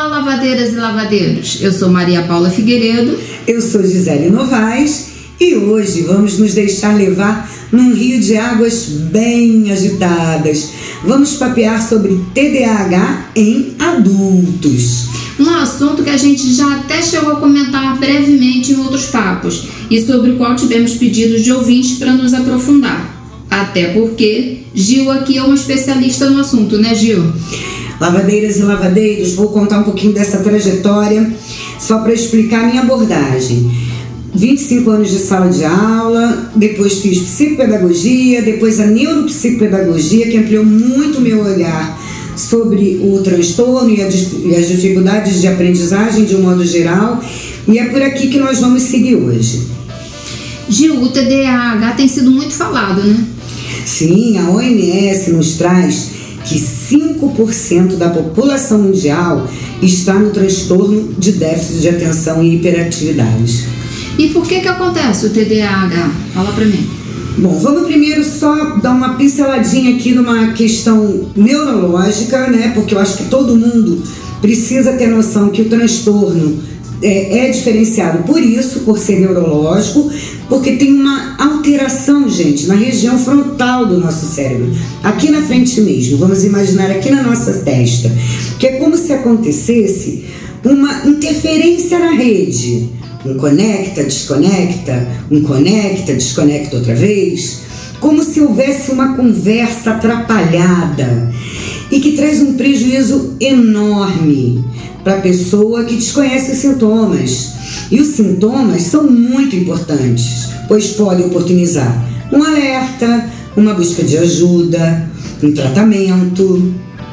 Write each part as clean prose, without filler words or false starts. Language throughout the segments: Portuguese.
Olá, lavadeiras e lavadeiros, eu sou Maria Paula Figueiredo. Eu sou Gisele Novaes e hoje vamos nos deixar levar num rio de águas bem agitadas. Vamos papear sobre TDAH em adultos. Um assunto que a gente já até chegou a comentar brevemente em outros papos e sobre o qual tivemos pedidos de ouvintes para nos aprofundar. Até porque Gil aqui é uma especialista no assunto, né, Gil? Lavadeiras e lavadeiros, vou contar um pouquinho dessa trajetória só para explicar a minha abordagem. 25 anos de sala de aula, depois fiz psicopedagogia, depois a neuropsicopedagogia, que ampliou muito o meu olhar sobre o transtorno e as dificuldades de aprendizagem de um modo geral, e é por aqui que nós vamos seguir hoje. Gil, o TDAH tem sido muito falado, né? Sim, a OMS nos traz que 5% da população mundial está no transtorno de déficit de atenção e hiperatividade. E por que acontece o TDAH? Fala pra mim. Bom, vamos primeiro só dar uma pinceladinha aqui numa questão neurológica, né? Porque eu acho que todo mundo precisa ter noção que o transtorno é diferenciado por isso, por ser neurológico, porque tem uma alteração, gente, na região frontal do nosso cérebro, aqui na frente mesmo, vamos imaginar aqui na nossa testa, que é como se acontecesse uma interferência na rede. Um conecta, desconecta, um conecta, desconecta outra vez, como se houvesse uma conversa atrapalhada e que traz um prejuízo enorme para a pessoa que desconhece os sintomas. E os sintomas são muito importantes, pois podem oportunizar um alerta, uma busca de ajuda, um tratamento.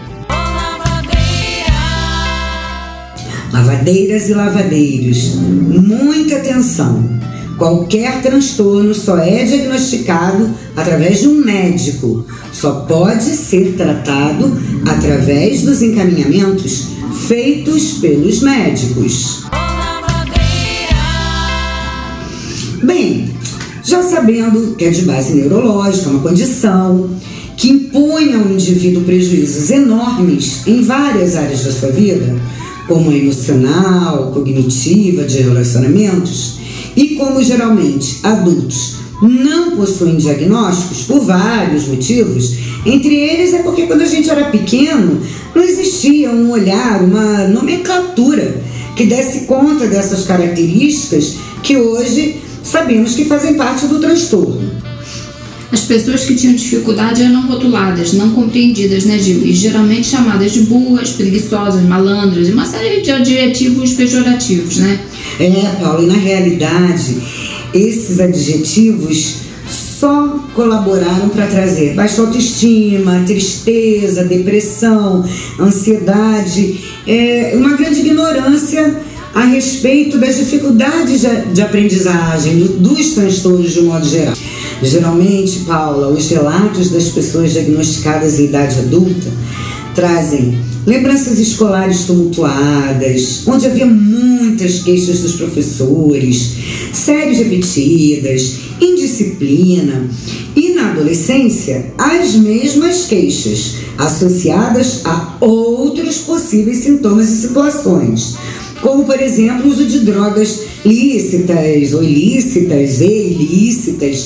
Lavadeiras e lavadeiros, muita atenção! Qualquer transtorno só é diagnosticado através de um médico, só pode ser tratado através dos encaminhamentos feitos pelos médicos. Bem, já sabendo que é de base neurológica, uma condição que impõe ao indivíduo prejuízos enormes em várias áreas da sua vida, como a emocional, cognitiva, de relacionamentos, e como geralmente adultos não possuem diagnósticos por vários motivos, entre eles é porque quando a gente era pequeno não existia um olhar, uma nomenclatura que desse conta dessas características que hoje sabemos que fazem parte do transtorno. As pessoas que tinham dificuldade eram rotuladas, não compreendidas, né, Gil? E geralmente chamadas de burras, preguiçosas, malandras e uma série de adjetivos pejorativos, né? Paulo, e na realidade, esses adjetivos só colaboraram para trazer baixa autoestima, tristeza, depressão, ansiedade, uma grande ignorância a respeito das dificuldades de aprendizagem, dos transtornos de um modo geral. Geralmente, Paula, os relatos das pessoas diagnosticadas em idade adulta trazem lembranças escolares tumultuadas, onde havia muitas queixas dos professores, séries repetidas, indisciplina e, na adolescência, as mesmas queixas associadas a outros possíveis sintomas e situações, como, por exemplo, o uso de drogas lícitas ou ilícitas e ilícitas,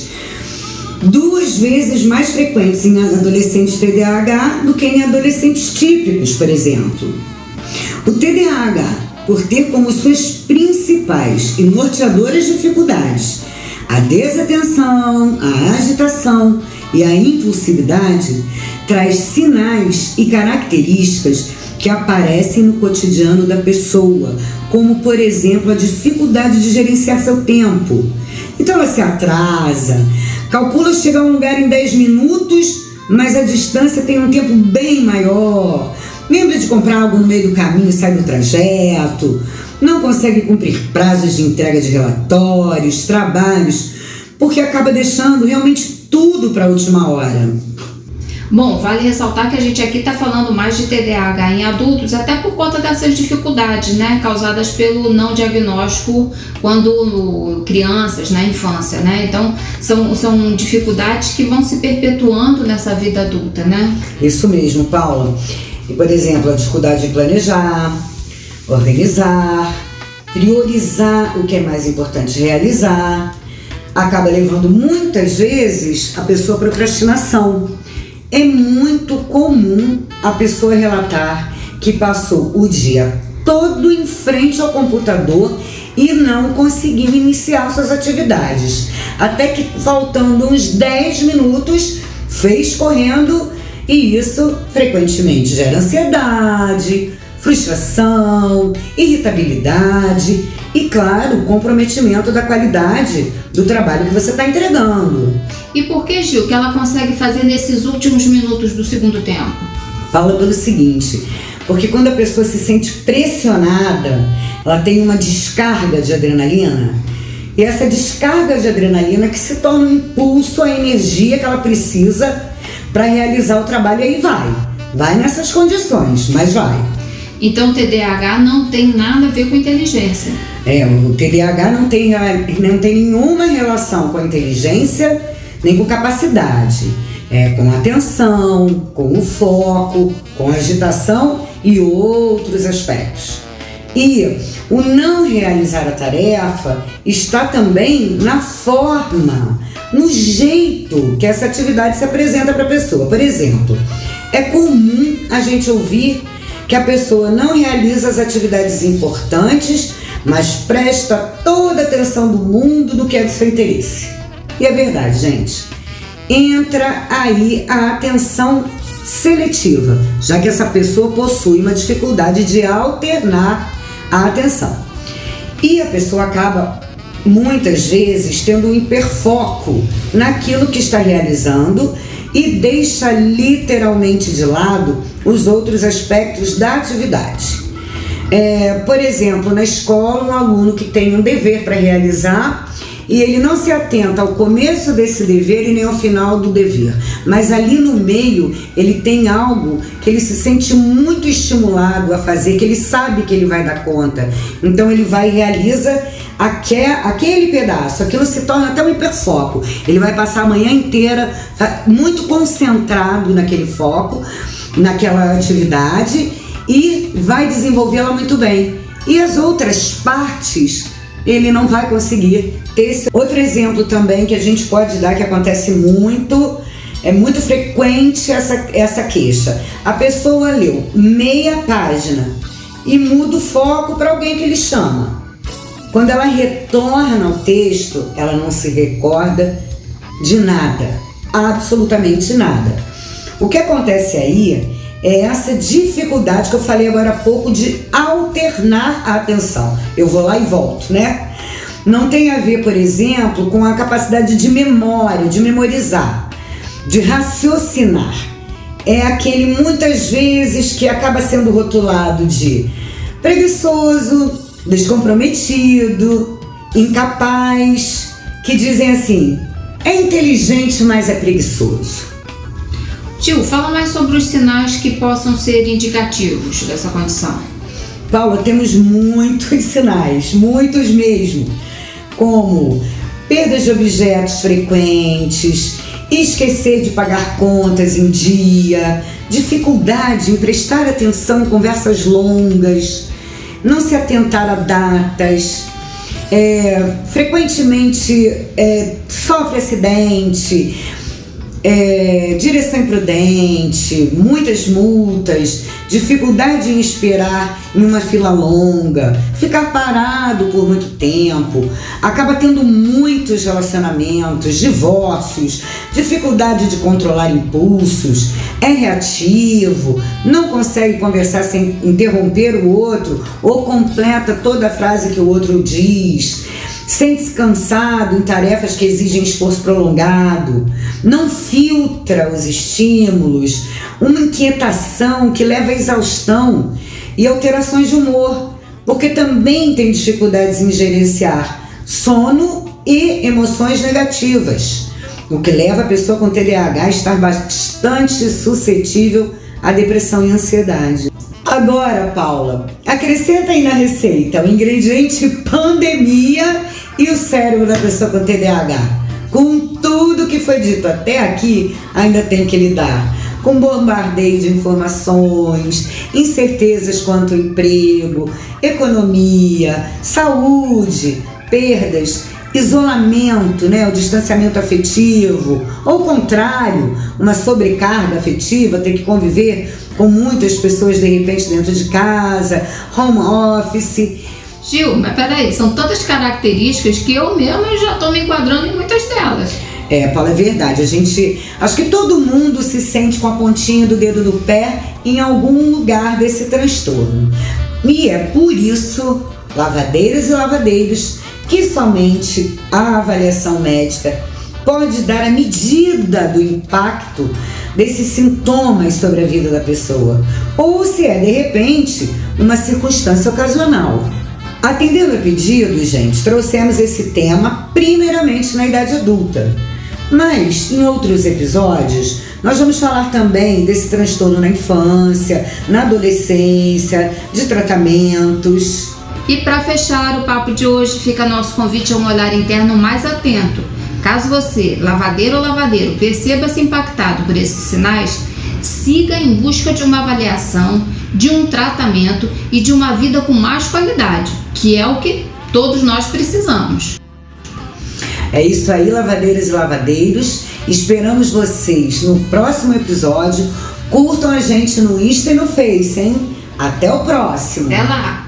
2 vezes mais frequentes em adolescentes TDAH do que em adolescentes típicos, por exemplo. O TDAH, por ter como suas principais e norteadoras dificuldades a desatenção, a agitação e a impulsividade, traz sinais e características que aparecem no cotidiano da pessoa, como, por exemplo, a dificuldade de gerenciar seu tempo. Então ela se atrasa, calcula chegar a um lugar em 10 minutos, mas a distância tem um tempo bem maior. Lembra de comprar algo no meio do caminho e sai do trajeto. Não consegue cumprir prazos de entrega de relatórios, trabalhos, porque acaba deixando realmente tudo para a última hora. Bom, vale ressaltar que a gente aqui está falando mais de TDAH em adultos, até por conta dessas dificuldades, né, causadas pelo não diagnóstico quando crianças, na infância, né? Então, são dificuldades que vão se perpetuando nessa vida adulta, né? Isso mesmo, Paula. E, por exemplo, a dificuldade de planejar, organizar, priorizar o que é mais importante realizar. Acaba levando muitas vezes a pessoa à procrastinação. É muito comum a pessoa relatar que passou o dia todo em frente ao computador e não conseguiu iniciar suas atividades. Até que, faltando uns 10 minutos, fez correndo, e isso frequentemente gera ansiedade, frustração, irritabilidade e, claro, comprometimento da qualidade do trabalho que você está entregando. E por que, Gil, que ela consegue fazer nesses últimos minutos do segundo tempo? Fala pelo seguinte, porque quando a pessoa se sente pressionada, ela tem uma descarga de adrenalina, e essa descarga de adrenalina que se torna um impulso, a energia que ela precisa para realizar o trabalho, e aí vai nessas condições, mas vai. Então o TDAH não tem nada a ver com inteligência. O TDAH não tem nenhuma relação com a inteligência, nem com capacidade. Com atenção, com o foco, com agitação e outros aspectos. E o não realizar a tarefa está também na forma, no jeito que essa atividade se apresenta para a pessoa. Por exemplo, é comum a gente ouvir que a pessoa não realiza as atividades importantes, mas presta toda a atenção do mundo no que é do seu interesse. E é verdade, gente. Entra aí a atenção seletiva, já que essa pessoa possui uma dificuldade de alternar a atenção. E a pessoa acaba, muitas vezes, tendo um hiperfoco naquilo que está realizando e deixa literalmente de lado os outros aspectos da atividade. Por exemplo, na escola, um aluno que tem um dever para realizar e ele não se atenta ao começo desse dever e nem ao final do dever, mas ali no meio ele tem algo que ele se sente muito estimulado a fazer, que ele sabe que ele vai dar conta, então ele vai e realiza aquele pedaço. Aquilo se torna até um hiperfoco, ele vai passar a manhã inteira muito concentrado naquele foco, naquela atividade, e vai desenvolvê-la muito bem, e as outras partes ele não vai conseguir ter. Outro exemplo também que a gente pode dar, que acontece muito, é muito frequente essa queixa. A pessoa leu meia página e muda o foco para alguém que ele chama. Quando ela retorna ao texto, ela não se recorda de nada, absolutamente nada. O que acontece aí é essa dificuldade que eu falei agora há pouco de alternar a atenção. Eu vou lá e volto, né? Não tem a ver, por exemplo, com a capacidade de memória, de memorizar, de raciocinar. É aquele, muitas vezes, que acaba sendo rotulado de preguiçoso, descomprometido, incapaz, que dizem assim, é inteligente, mas é preguiçoso. Gil, fala mais sobre os sinais que possam ser indicativos dessa condição. Paula, temos muitos sinais, muitos mesmo, como perdas de objetos frequentes, esquecer de pagar contas em dia, dificuldade em prestar atenção em conversas longas, não se atentar a datas, frequentemente sofre acidente, direção imprudente, muitas multas, dificuldade em esperar em uma fila longa, ficar parado por muito tempo, acaba tendo muitos relacionamentos, divórcios, dificuldade de controlar impulsos, é reativo, não consegue conversar sem interromper o outro ou completa toda a frase que o outro diz, sente-se cansado em tarefas que exigem esforço prolongado, não filtra os estímulos, uma inquietação que leva à exaustão e alterações de humor, porque também tem dificuldades em gerenciar sono e emoções negativas, o que leva a pessoa com TDAH a estar bastante suscetível à depressão e ansiedade. Agora, Paula, acrescenta aí na receita o ingrediente pandemia e o cérebro da pessoa com TDAH. Com tudo que foi dito até aqui, ainda tem que lidar com bombardeio de informações, incertezas quanto ao emprego, economia, saúde, perdas, isolamento, o distanciamento afetivo, ou o contrário, uma sobrecarga afetiva, ter que conviver com muitas pessoas de repente dentro de casa, home office. Gil, mas peraí, são tantas características que eu mesma já estou me enquadrando em muitas delas. Paula, é verdade. Acho que todo mundo se sente com a pontinha do dedo do pé em algum lugar desse transtorno. E é por isso, lavadeiras e lavadeiros, que somente a avaliação médica pode dar a medida do impacto desses sintomas sobre a vida da pessoa, ou se é, de repente, uma circunstância ocasional. Atendendo a pedido, gente, trouxemos esse tema primeiramente na idade adulta, mas em outros episódios nós vamos falar também desse transtorno na infância, na adolescência, de tratamentos. E para fechar o papo de hoje, fica nosso convite a um olhar interno mais atento. Caso você, lavadeiro ou lavadeiro, perceba-se impactado por esses sinais, siga em busca de uma avaliação, de um tratamento e de uma vida com mais qualidade, que é o que todos nós precisamos. É isso aí, lavadeiras e lavadeiros. Esperamos vocês no próximo episódio. Curtam a gente no Insta e no Face, hein? Até o próximo. Até lá!